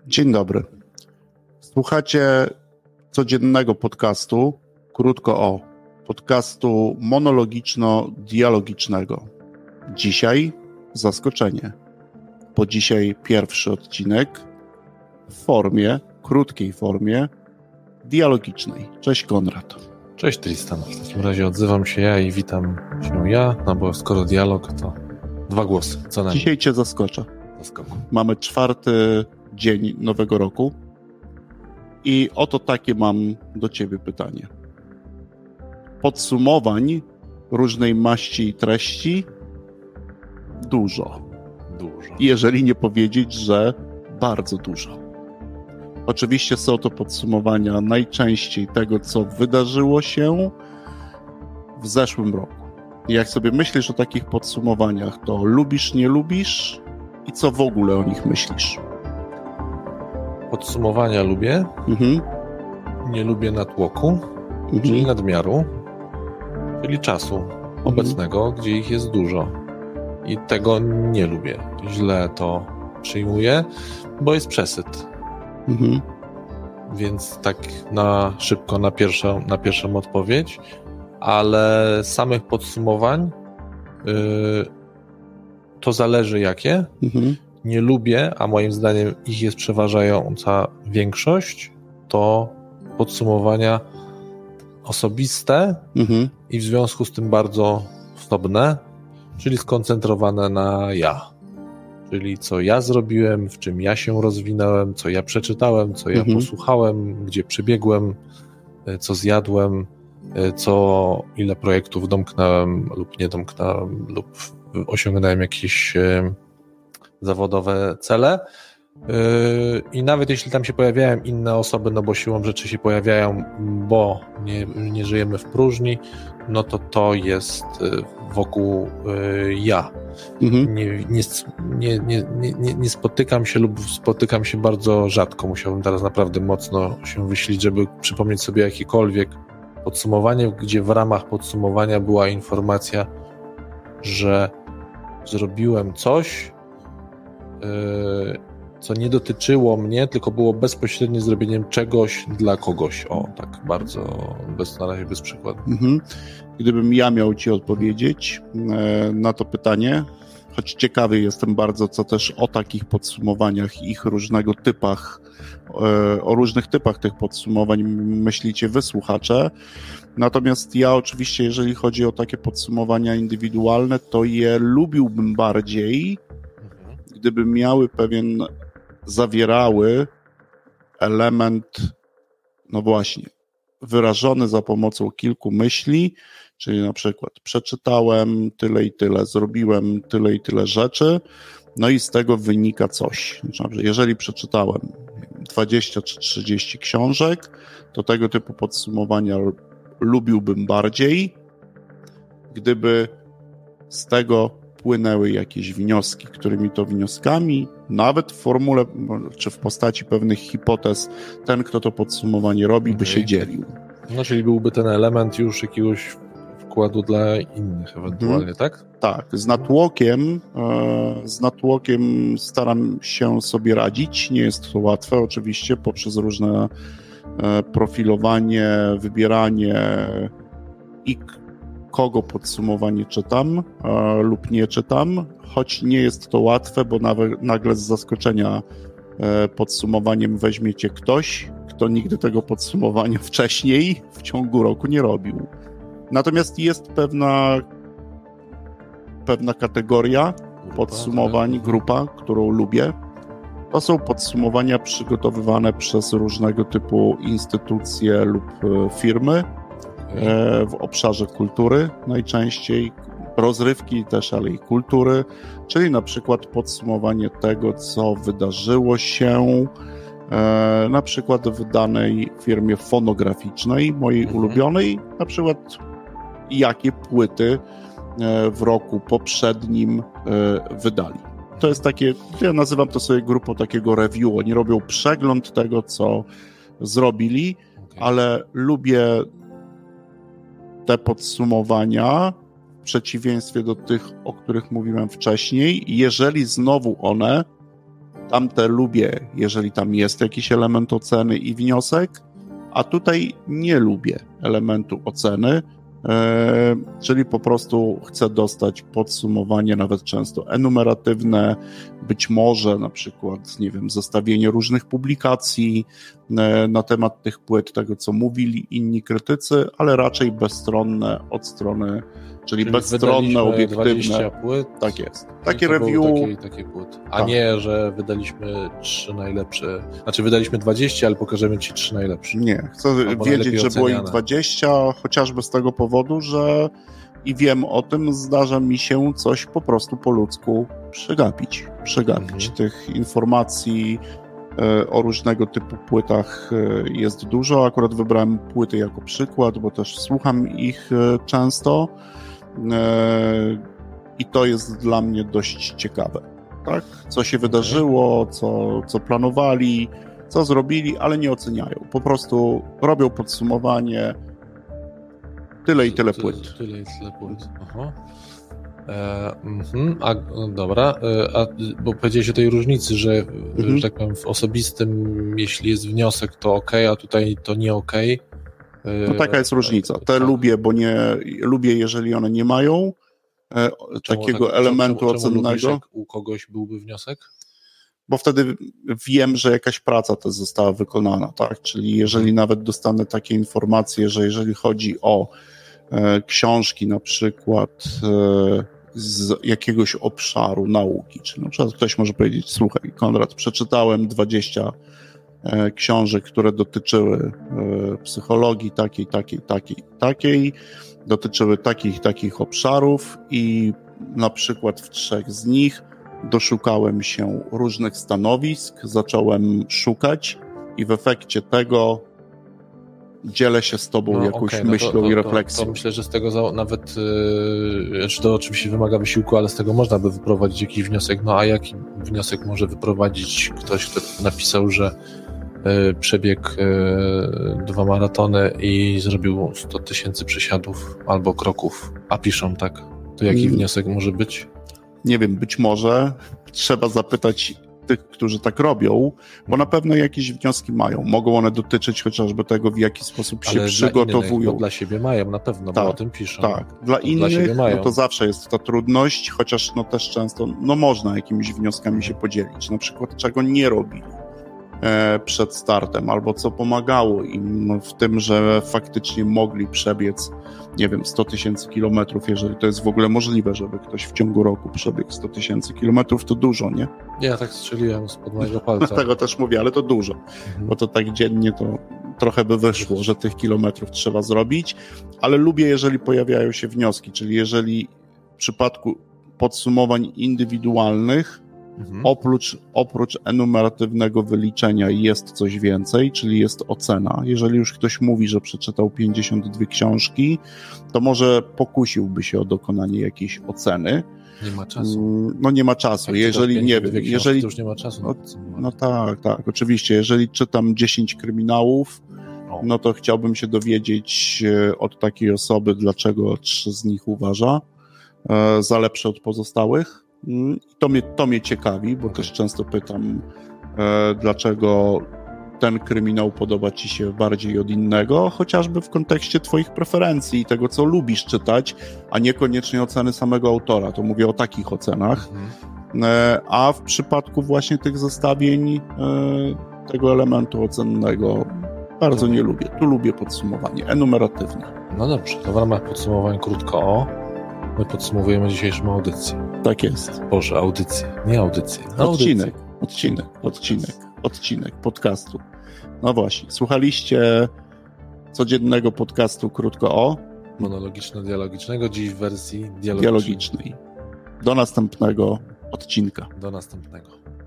Dzień dobry. Słuchacie codziennego podcastu, krótko o, podcastu monologiczno-dialogicznego. Dzisiaj zaskoczenie, bo dzisiaj pierwszy odcinek w krótkiej formie dialogicznej. Cześć Konrad. Cześć Tristan. W takim razie odzywam się ja i witam się ja, no bo skoro dialog, to dwa głosy, co najmniej. Dzisiaj cię zaskoczę. Mamy 4. dzień nowego roku i oto takie mam do ciebie pytanie. Podsumowań różnej maści i treści dużo. Jeżeli nie powiedzieć, że bardzo dużo. Oczywiście są to podsumowania najczęściej tego, co wydarzyło się w zeszłym roku. I jak sobie myślisz o takich podsumowaniach, to lubisz, nie lubisz i co w ogóle o nich myślisz? Podsumowania lubię. Nie lubię natłoku, czyli nadmiaru, czyli czasu obecnego, gdzie ich jest dużo. I tego nie lubię. Źle to przyjmuję, bo jest przesyt. Więc tak na szybko, na pierwszą odpowiedź, ale samych podsumowań to zależy jakie. Nie lubię, a moim zdaniem ich jest przeważająca większość, to podsumowania osobiste i w związku z tym bardzo wstobne, czyli skoncentrowane na ja. Czyli co ja zrobiłem, w czym ja się rozwinąłem, co ja przeczytałem, co ja posłuchałem, gdzie przybiegłem, co zjadłem, ile projektów domknąłem lub nie domknąłem, lub osiągnąłem jakieś zawodowe cele. I nawet jeśli tam się pojawiają inne osoby, no bo siłą rzeczy się pojawiają, bo nie żyjemy w próżni, no to jest wokół ja. Nie spotykam się lub spotykam się bardzo rzadko. Musiałbym teraz naprawdę mocno się wysilić, żeby przypomnieć sobie jakiekolwiek podsumowanie, gdzie w ramach podsumowania była informacja, że zrobiłem coś, co nie dotyczyło mnie, tylko było bezpośrednie zrobieniem czegoś dla kogoś. O, tak bardzo, na razie bez przykładu. Gdybym ja miał ci odpowiedzieć na to pytanie, choć ciekawy jestem bardzo, co też o takich podsumowaniach i ich różnego typach, o różnych typach tych podsumowań myślicie wy, słuchacze. Natomiast ja oczywiście, jeżeli chodzi o takie podsumowania indywidualne, to je lubiłbym bardziej, gdyby zawierały element, no właśnie, wyrażony za pomocą kilku myśli, czyli na przykład przeczytałem tyle i tyle, zrobiłem tyle i tyle rzeczy, no i z tego wynika coś. Znaczy, jeżeli przeczytałem 20 czy 30 książek, to tego typu podsumowania lubiłbym bardziej, gdyby z tego płynęły jakieś wnioski, którymi to wnioskami, nawet w formule, czy w postaci pewnych hipotez, ten, kto to podsumowanie robi, by się dzielił. No, czyli byłby ten element już jakiegoś wkładu dla innych ewentualnie, tak? Tak, z natłokiem staram się sobie radzić. Nie jest to łatwe, oczywiście, poprzez różne profilowanie, wybieranie i kogo podsumowanie czytam lub nie czytam, choć nie jest to łatwe, bo nagle z zaskoczenia podsumowaniem weźmiecie ktoś, kto nigdy tego podsumowania wcześniej w ciągu roku nie robił. Natomiast jest pewna kategoria podsumowań, grupa, którą lubię. To są podsumowania przygotowywane przez różnego typu instytucje lub firmy w obszarze kultury, najczęściej rozrywki też, ale i kultury, czyli na przykład podsumowanie tego, co wydarzyło się na przykład w danej firmie fonograficznej, mojej ulubionej, na przykład jakie płyty w roku poprzednim wydali. To jest takie, ja nazywam to sobie grupą takiego review. Oni robią przegląd tego, co zrobili, ale lubię te podsumowania w przeciwieństwie do tych, o których mówiłem wcześniej, jeżeli znowu one Tamte lubię, jeżeli tam jest jakiś element oceny i wniosek, a tutaj nie lubię elementu oceny, czyli po prostu chcę dostać podsumowanie, nawet często enumeratywne, być może na przykład, nie wiem, zestawienie różnych publikacji na temat tych płyt, tego co mówili inni krytycy, ale raczej bezstronne od strony, czyli bezstronne, obiektywne. 20 płyt. Tak jest. Takie review. Takie płyt. A nie, że wydaliśmy 3 najlepsze. Znaczy wydaliśmy 20, ale pokażemy ci 3 najlepsze. Nie, chcę wiedzieć, że było ich 20, chociażby z tego powodu, że i wiem o tym, zdarza mi się coś po prostu po ludzku przegapić. Tych informacji o różnego typu płytach jest dużo. Akurat wybrałem płyty jako przykład, bo też słucham ich często i to jest dla mnie dość ciekawe. Tak? Co się wydarzyło, co planowali, co zrobili, ale nie oceniają. Po prostu robią podsumowanie. Tyle i tyle płyt. Tyle i tyle płyt. Aha. Dobra, bo powiedziałeś o tej różnicy, że, że tak powiem, w osobistym, jeśli jest wniosek, to ok, a tutaj to nie ok. No taka jest różnica. Te lubię, bo nie lubię, jeżeli one nie mają takiego elementu ocennego. Lubisz, jak u kogoś byłby wniosek? Bo wtedy wiem, że jakaś praca też została wykonana, tak? Czyli jeżeli nawet dostanę takie informacje, że jeżeli chodzi o książki na przykład z jakiegoś obszaru nauki, czy na przykład ktoś może powiedzieć, słuchaj Konrad, przeczytałem 20 książek, które dotyczyły psychologii takiej, dotyczyły takich obszarów i na przykład w 3 z nich doszukałem się różnych stanowisk, zacząłem szukać i w efekcie tego dzielę się z tobą jakąś myślą i refleksją. To myślę, że z tego nawet, to oczywiście wymaga wysiłku, ale z tego można by wyprowadzić jakiś wniosek. No a jaki wniosek może wyprowadzić ktoś, kto napisał, że przebiegł 2 maratony i zrobił 100 000 przysiadów albo kroków, a piszą tak. To jaki wniosek może być? Nie wiem, być może trzeba zapytać tych, którzy tak robią, bo na pewno jakieś wnioski mają. Mogą one dotyczyć chociażby tego, w jaki sposób się przygotowują. Innych, dla siebie mają na pewno, bo o tym piszą. Tak, dla innych to zawsze jest ta trudność, chociaż też często można jakimiś wnioskami się podzielić. Na przykład czego nie robili przed startem, albo co pomagało im w tym, że faktycznie mogli przebiec, nie wiem, 100 000 kilometrów, jeżeli to jest w ogóle możliwe, żeby ktoś w ciągu roku przebiegł 100 000 kilometrów, to dużo, nie? Ja tak strzeliłem spod mojego palca. Tego też mówię, ale to dużo, bo to tak dziennie to trochę by wyszło, że tych kilometrów trzeba zrobić, ale lubię, jeżeli pojawiają się wnioski, czyli jeżeli w przypadku podsumowań indywidualnych oprócz enumeratywnego wyliczenia jest coś więcej, czyli jest ocena. Jeżeli już ktoś mówi, że przeczytał 52 książki, to może pokusiłby się o dokonanie jakiejś oceny. Nie ma czasu. No nie ma czasu. Jeżeli nie wiem, jeżeli to już nie ma czasu. No tak, oczywiście. Jeżeli czytam 10 kryminałów, no to chciałbym się dowiedzieć od takiej osoby, dlaczego 3 z nich uważa za lepsze od pozostałych. To mnie ciekawi, bo też często pytam, dlaczego ten kryminał podoba ci się bardziej od innego, chociażby w kontekście twoich preferencji i tego, co lubisz czytać, a niekoniecznie oceny samego autora. To mówię o takich ocenach. A w przypadku właśnie tych zestawień tego elementu ocennego bardzo nie lubię. Tu lubię podsumowanie enumeratywne. No dobrze, to w ramach podsumowań krótko my podsumowujemy dzisiejszą audycję. Tak jest. Boże, audycję, nie audycję. Odcinek podcastu. No właśnie, słuchaliście codziennego podcastu Krótko o. Monologiczno-dialogicznego, dziś w wersji dialogicznej. Do następnego odcinka. Do następnego.